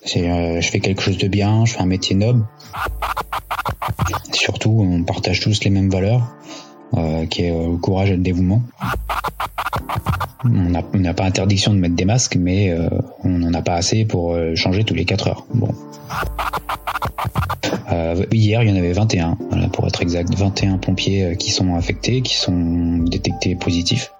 Je fais quelque chose de bien, je fais un métier noble. Surtout, on partage tous les mêmes valeurs, qui est le courage et le dévouement. On n'a pas interdiction de mettre des masques, mais on n'en a pas assez pour changer tous les 4 heures. Bon. Hier, il y en avait 21, voilà, pour être exact, 21 pompiers qui sont infectés, qui sont détectés positifs.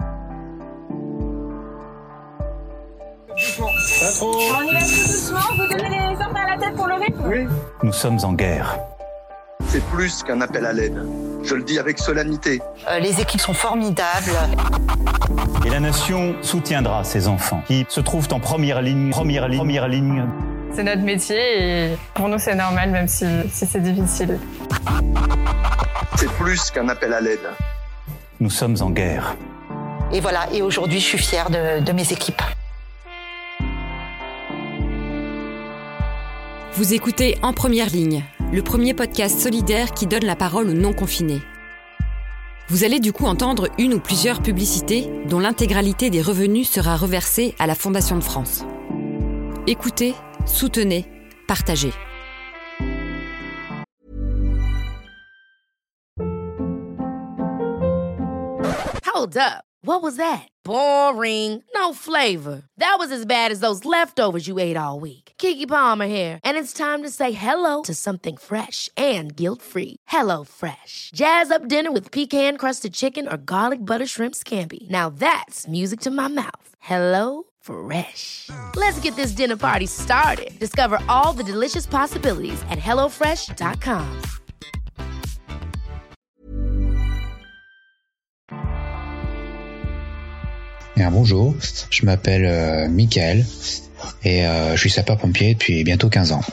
Pas trop. On y va tout doucement, vous donnez les ordres à la tête pour le rythme ? Oui. Nous sommes en guerre. C'est plus qu'un appel à l'aide. Je le dis avec solennité. Les équipes sont formidables. Et la nation soutiendra ces enfants qui se trouvent en première ligne. C'est notre métier et pour nous c'est normal même si c'est difficile. C'est plus qu'un appel à l'aide. Nous sommes en guerre. Et voilà, et aujourd'hui je suis fière de mes équipes. Vous écoutez En Première Ligne, le premier podcast solidaire qui donne la parole aux non-confinés. Vous allez du coup entendre une ou plusieurs publicités dont l'intégralité des revenus sera reversée à la Fondation de France. Écoutez, soutenez, partagez. Hold up. What was that? Boring. No flavor. That was as bad as those leftovers you ate all week. Keke Palmer here, and it's time to say hello to something fresh and guilt-free. Hello Fresh. Jazz up dinner with pecan-crusted chicken or garlic butter shrimp scampi. Now that's music to my mouth. Hello Fresh. Let's get this dinner party started. Discover all the delicious possibilities at hellofresh.com. Bonjour, je m'appelle Michael et je suis sapeur-pompier depuis bientôt 15 ans.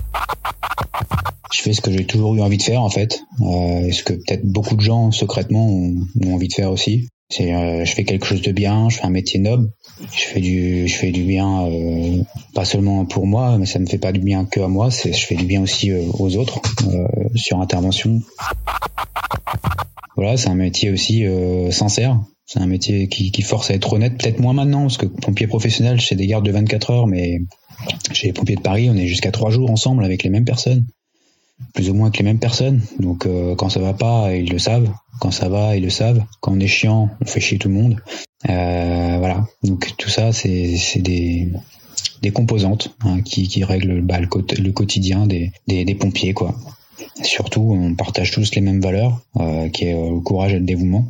Je fais ce que j'ai toujours eu envie de faire en fait, ce que peut-être beaucoup de gens secrètement ont envie de faire aussi. Je fais quelque chose de bien, je fais un métier noble, je fais du bien pas seulement pour moi, mais ça me fait pas du bien que à moi, je fais du bien aussi aux autres sur intervention. Voilà, c'est un métier aussi sincère. C'est un métier qui force à être honnête, peut-être moins maintenant, parce que pompier professionnel, c'est des gardes de 24 heures, mais chez les pompiers de Paris, on est jusqu'à 3 jours ensemble avec les mêmes personnes, plus ou moins avec les mêmes personnes. Donc quand ça va pas, ils le savent. Quand ça va, ils le savent. Quand on est chiant, on fait chier tout le monde. Voilà. Donc tout ça, c'est des composantes qui règlent le quotidien des pompiers, quoi. Surtout, on partage tous les mêmes valeurs, qui est le courage et le dévouement.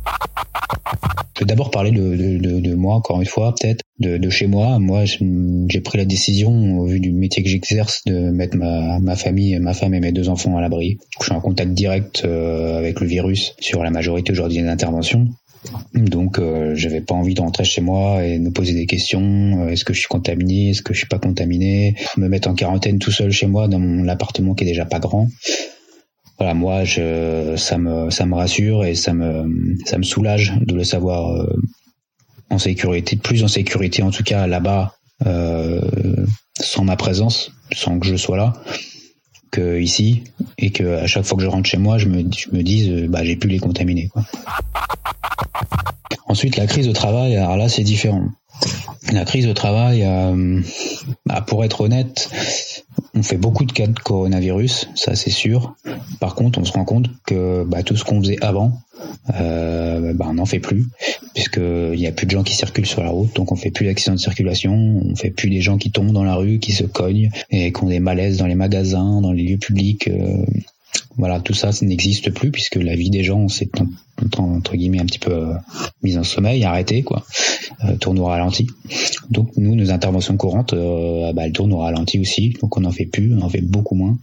Je vais d'abord parler de moi, encore une fois, peut-être, de chez moi. Moi, j'ai pris la décision, au vu du métier que j'exerce, de mettre ma famille, ma femme et mes 2 enfants à l'abri. Je suis en contact direct avec le virus sur la majorité aujourd'hui des interventions. Donc, j'avais pas envie de rentrer chez moi et de me poser des questions. Est-ce que je suis contaminé? Est-ce que je suis pas contaminé? Me mettre en quarantaine tout seul chez moi dans mon appartement qui est déjà pas grand. Voilà, moi, ça me rassure et ça me soulage de le savoir en sécurité, plus en sécurité en tout cas là-bas, sans ma présence, sans que je sois là, que ici, et que à chaque fois que je rentre chez moi, je me dise, j'ai pu les contaminer, quoi. Ensuite, la crise au travail, alors là, c'est différent. La crise au travail, pour être honnête, on fait beaucoup de cas de coronavirus, ça c'est sûr. Par contre, on se rend compte que tout ce qu'on faisait avant, on n'en fait plus, puisqu'il n'y a plus de gens qui circulent sur la route, donc on fait plus d'accidents de circulation, on fait plus des gens qui tombent dans la rue, qui se cognent et qui ont des malaises dans les magasins, dans les lieux publics. Voilà, tout ça n'existe plus, puisque la vie des gens s'est entre guillemets un petit peu mise en sommeil, arrêtée, quoi, tourne au ralenti. Donc nous, nos interventions courantes, elles tournent au ralenti aussi, donc on n'en fait plus, on en fait beaucoup moins.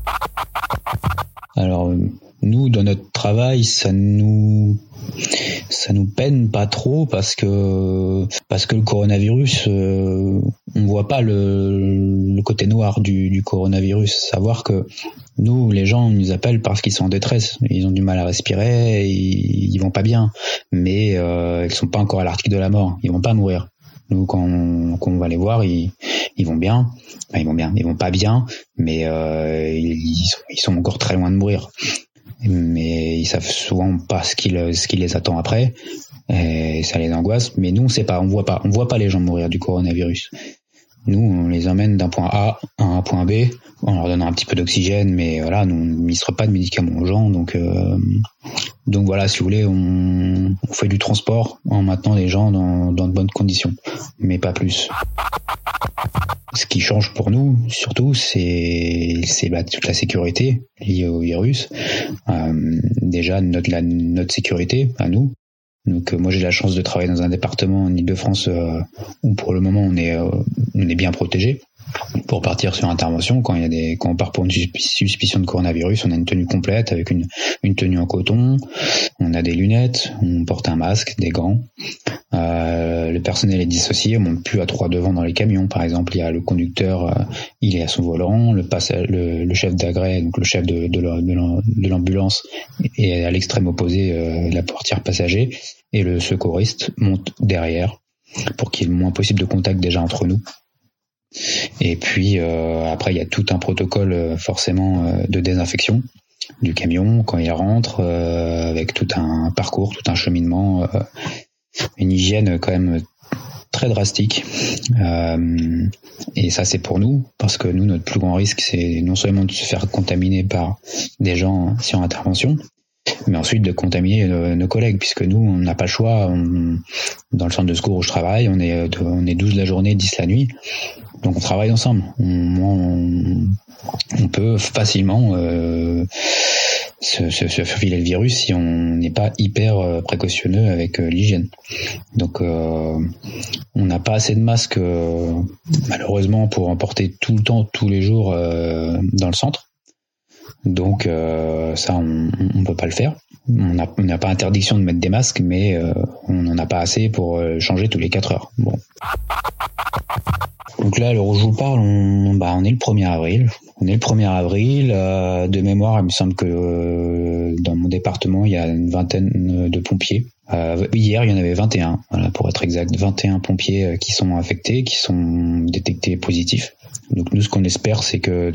Alors nous, dans notre travail, ça nous peine pas trop parce que le coronavirus, on voit pas le côté noir du coronavirus. Savoir que nous, les gens nous appellent parce qu'ils sont en détresse, ils ont du mal à respirer, ils vont pas bien, mais ils sont pas encore à l'article de la mort, ils vont pas mourir. Nous, quand on va les voir, ils vont bien. Enfin, ils vont pas bien, mais ils sont encore très loin de mourir. Mais ils savent souvent pas ce qui les attend après, et ça les angoisse. Mais nous, on sait pas, on voit pas les gens mourir du coronavirus. Nous, on les emmène d'un point A à un point B, en leur donnant un petit peu d'oxygène, mais voilà, nous, on ne ministre pas de médicaments aux gens, donc voilà, si vous voulez, on fait du transport en maintenant les gens dans de bonnes conditions, mais pas plus. Ce qui change pour nous, surtout, c'est toute la sécurité liée au virus. Déjà, notre sécurité, à nous. Donc moi j'ai la chance de travailler dans un département en Ile-de-France où pour le moment on est bien protégé. Pour partir sur intervention, quand on part pour une suspicion de coronavirus, on a une tenue complète avec une tenue en coton, on a des lunettes, on porte un masque, des gants. Le personnel est dissocié, on monte plus à 3 devant dans les camions. Par exemple, il y a le conducteur, il est à son volant, le chef d'agrès, donc le chef de l'ambulance est à l'extrême opposé, la portière passager, et le secouriste monte derrière pour qu'il y ait le moins possible de contact déjà entre nous. Et puis après il y a tout un protocole forcément de désinfection du camion quand il rentre, avec tout un parcours, tout un cheminement, une hygiène quand même très drastique, et ça c'est pour nous, parce que nous notre plus grand risque c'est non seulement de se faire contaminer par des gens sur intervention, mais ensuite de contaminer nos collègues, puisque nous on n'a pas le choix. Dans le centre de secours où je travaille, on est 12 la journée, 10 la nuit, donc on travaille ensemble. On peut facilement se filer le virus si on n'est pas hyper précautionneux avec l'hygiène. Donc on n'a pas assez de masques malheureusement pour en porter tout le temps, tous les jours dans le centre. Donc ça on peut pas le faire. On n'a pas interdiction de mettre des masques, mais on n'en a pas assez pour changer tous les 4 heures. Bon. Donc là, alors où je vous parle, on est le 1er avril. On est le 1er avril. De mémoire, il me semble que dans mon département, il y a une vingtaine de pompiers. Hier, il y en avait 21, voilà, pour être exact. 21 pompiers qui sont infectés, qui sont détectés positifs. Donc nous, ce qu'on espère, c'est que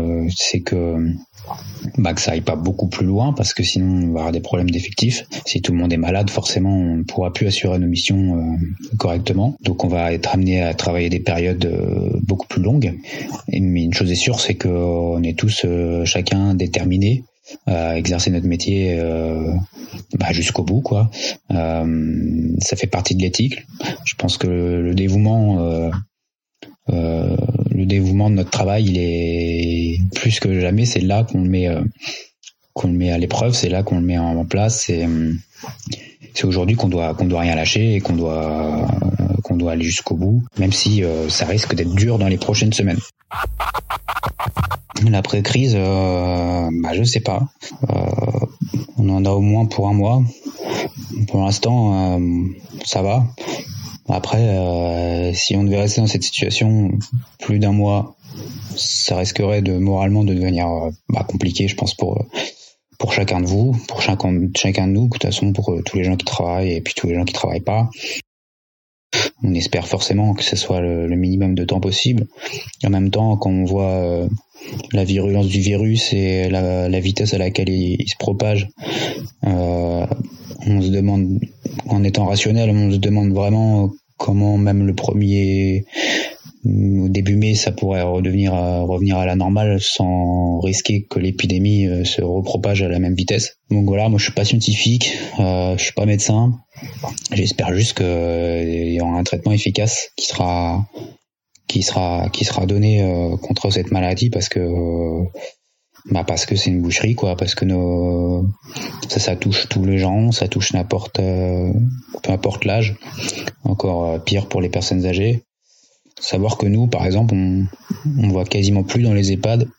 ça aille pas beaucoup plus loin, parce que sinon on va avoir des problèmes d'effectifs. Si tout le monde est malade, forcément on ne pourra plus assurer nos missions correctement. Donc on va être amené à travailler des périodes beaucoup plus longues. Mais une chose est sûre, c'est qu'on est tous chacun déterminés à exercer notre métier jusqu'au bout, quoi. Ça fait partie de l'éthique. Je pense que le dévouement de notre travail, il est plus que jamais. C'est là qu'on le met à l'épreuve. C'est là qu'on le met en place. C'est aujourd'hui qu'on doit rien lâcher et qu'on doit aller jusqu'au bout, même si ça risque d'être dur dans les prochaines semaines. L'après-crise, je sais pas. On en a au moins pour un mois. Pour l'instant, ça va. Après, si on devait rester dans cette situation plus d'un mois, ça risquerait moralement de devenir compliqué, je pense, pour chacun de vous, pour chacun de nous, de toute façon, pour tous les gens qui travaillent et puis tous les gens qui travaillent pas. On espère forcément que ce soit le minimum de temps possible. En même temps, quand on voit la virulence du virus et la vitesse à laquelle il se propage, on se demande, en étant rationnel, on se demande vraiment comment même au début mai, ça pourrait revenir à la normale sans risquer que l'épidémie se repropage à la même vitesse. Donc voilà, moi je suis pas scientifique, je suis pas médecin. J'espère juste qu'il y aura un traitement efficace qui sera donné contre cette maladie, parce que c'est une boucherie, quoi, parce que ça touche tous les gens, ça touche peu importe l'âge, encore pire pour les personnes âgées. Savoir que nous, par exemple, on voit quasiment plus dans les EHPAD.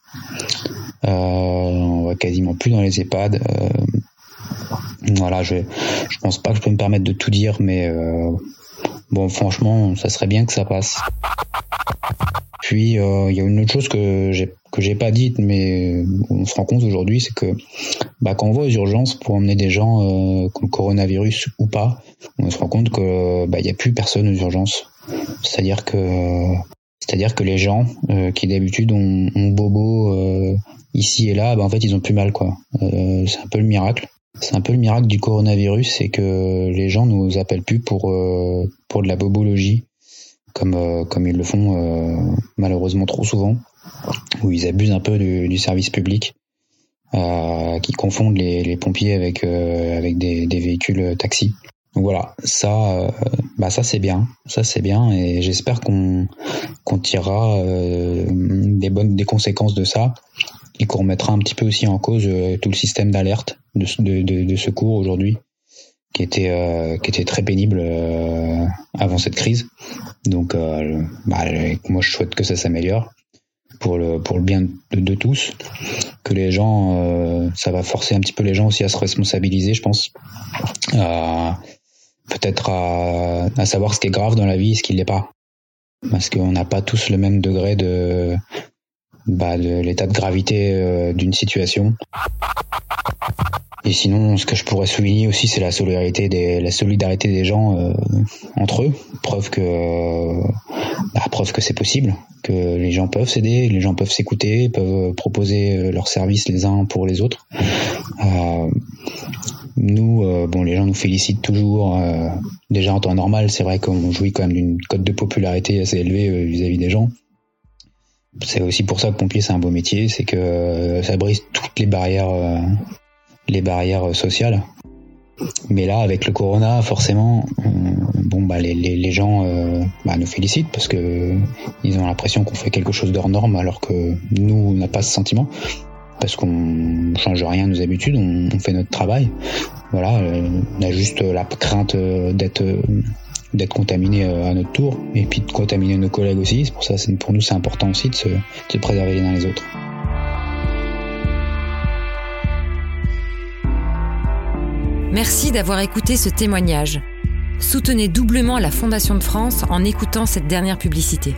Voilà, je pense pas que je peux me permettre de tout dire, mais franchement, ça serait bien que ça passe. Puis il y a une autre chose que j'ai pas dite, mais on se rend compte aujourd'hui, c'est que quand on va aux urgences pour emmener des gens qui ont le coronavirus ou pas, on se rend compte que il y a plus personne aux urgences. C'est-à-dire que les gens qui d'habitude ont bobo ici et là, en fait ils ont plus mal, quoi. C'est un peu le miracle. C'est un peu le miracle du coronavirus, c'est que les gens nous appellent plus pour de la bobologie, comme ils le font malheureusement trop souvent, où ils abusent un peu du service public, qui confondent les pompiers avec des véhicules taxis. Donc voilà, ça c'est bien, et j'espère qu'on tirera des conséquences de ça, et qu'on remettra un petit peu aussi en cause tout le système d'alerte de secours aujourd'hui, qui était très pénible avant cette crise. Donc moi je souhaite que ça s'améliore pour le bien de tous, que les gens, ça va forcer un petit peu les gens aussi à se responsabiliser, je pense, peut-être à savoir ce qui est grave dans la vie et ce qui l'est pas, parce qu'on n'a pas tous le même degré de l'état de gravité d'une situation. Et sinon, ce que je pourrais souligner aussi, c'est la solidarité des gens entre eux. Preuve que c'est possible, que les gens peuvent s'aider, les gens peuvent s'écouter, peuvent proposer leurs services les uns pour les autres. Nous, les gens nous félicitent toujours. Déjà en temps normal, c'est vrai qu'on jouit quand même d'une cote de popularité assez élevée vis-à-vis des gens. C'est aussi pour ça que pompier, c'est un beau métier, c'est que ça brise toutes les barrières sociales. Mais là, avec le corona, forcément, les gens nous félicitent parce que ils ont l'impression qu'on fait quelque chose d'hors norme, alors que nous, on n'a pas ce sentiment, parce qu'on change rien à nos habitudes, on fait notre travail. Voilà, on a juste la crainte d'être contaminé à notre tour, et puis de contaminer nos collègues aussi. C'est pour ça, pour nous, c'est important aussi de se préserver les uns les autres. Merci d'avoir écouté ce témoignage. Soutenez doublement la Fondation de France en écoutant cette dernière publicité.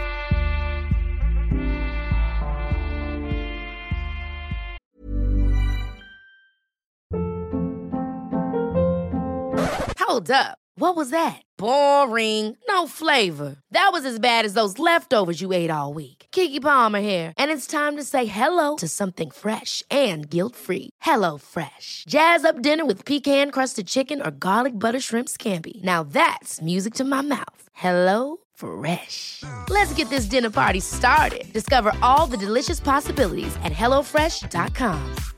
Hold up. What was that? Boring. No flavor. That was as bad as those leftovers you ate all week. Keke Palmer here, and it's time to say hello to something fresh and guilt-free. Hello Fresh. Jazz up dinner with pecan-crusted chicken or garlic butter shrimp scampi. Now that's music to my mouth. Hello Fresh. Let's get this dinner party started. Discover all the delicious possibilities at HelloFresh.com.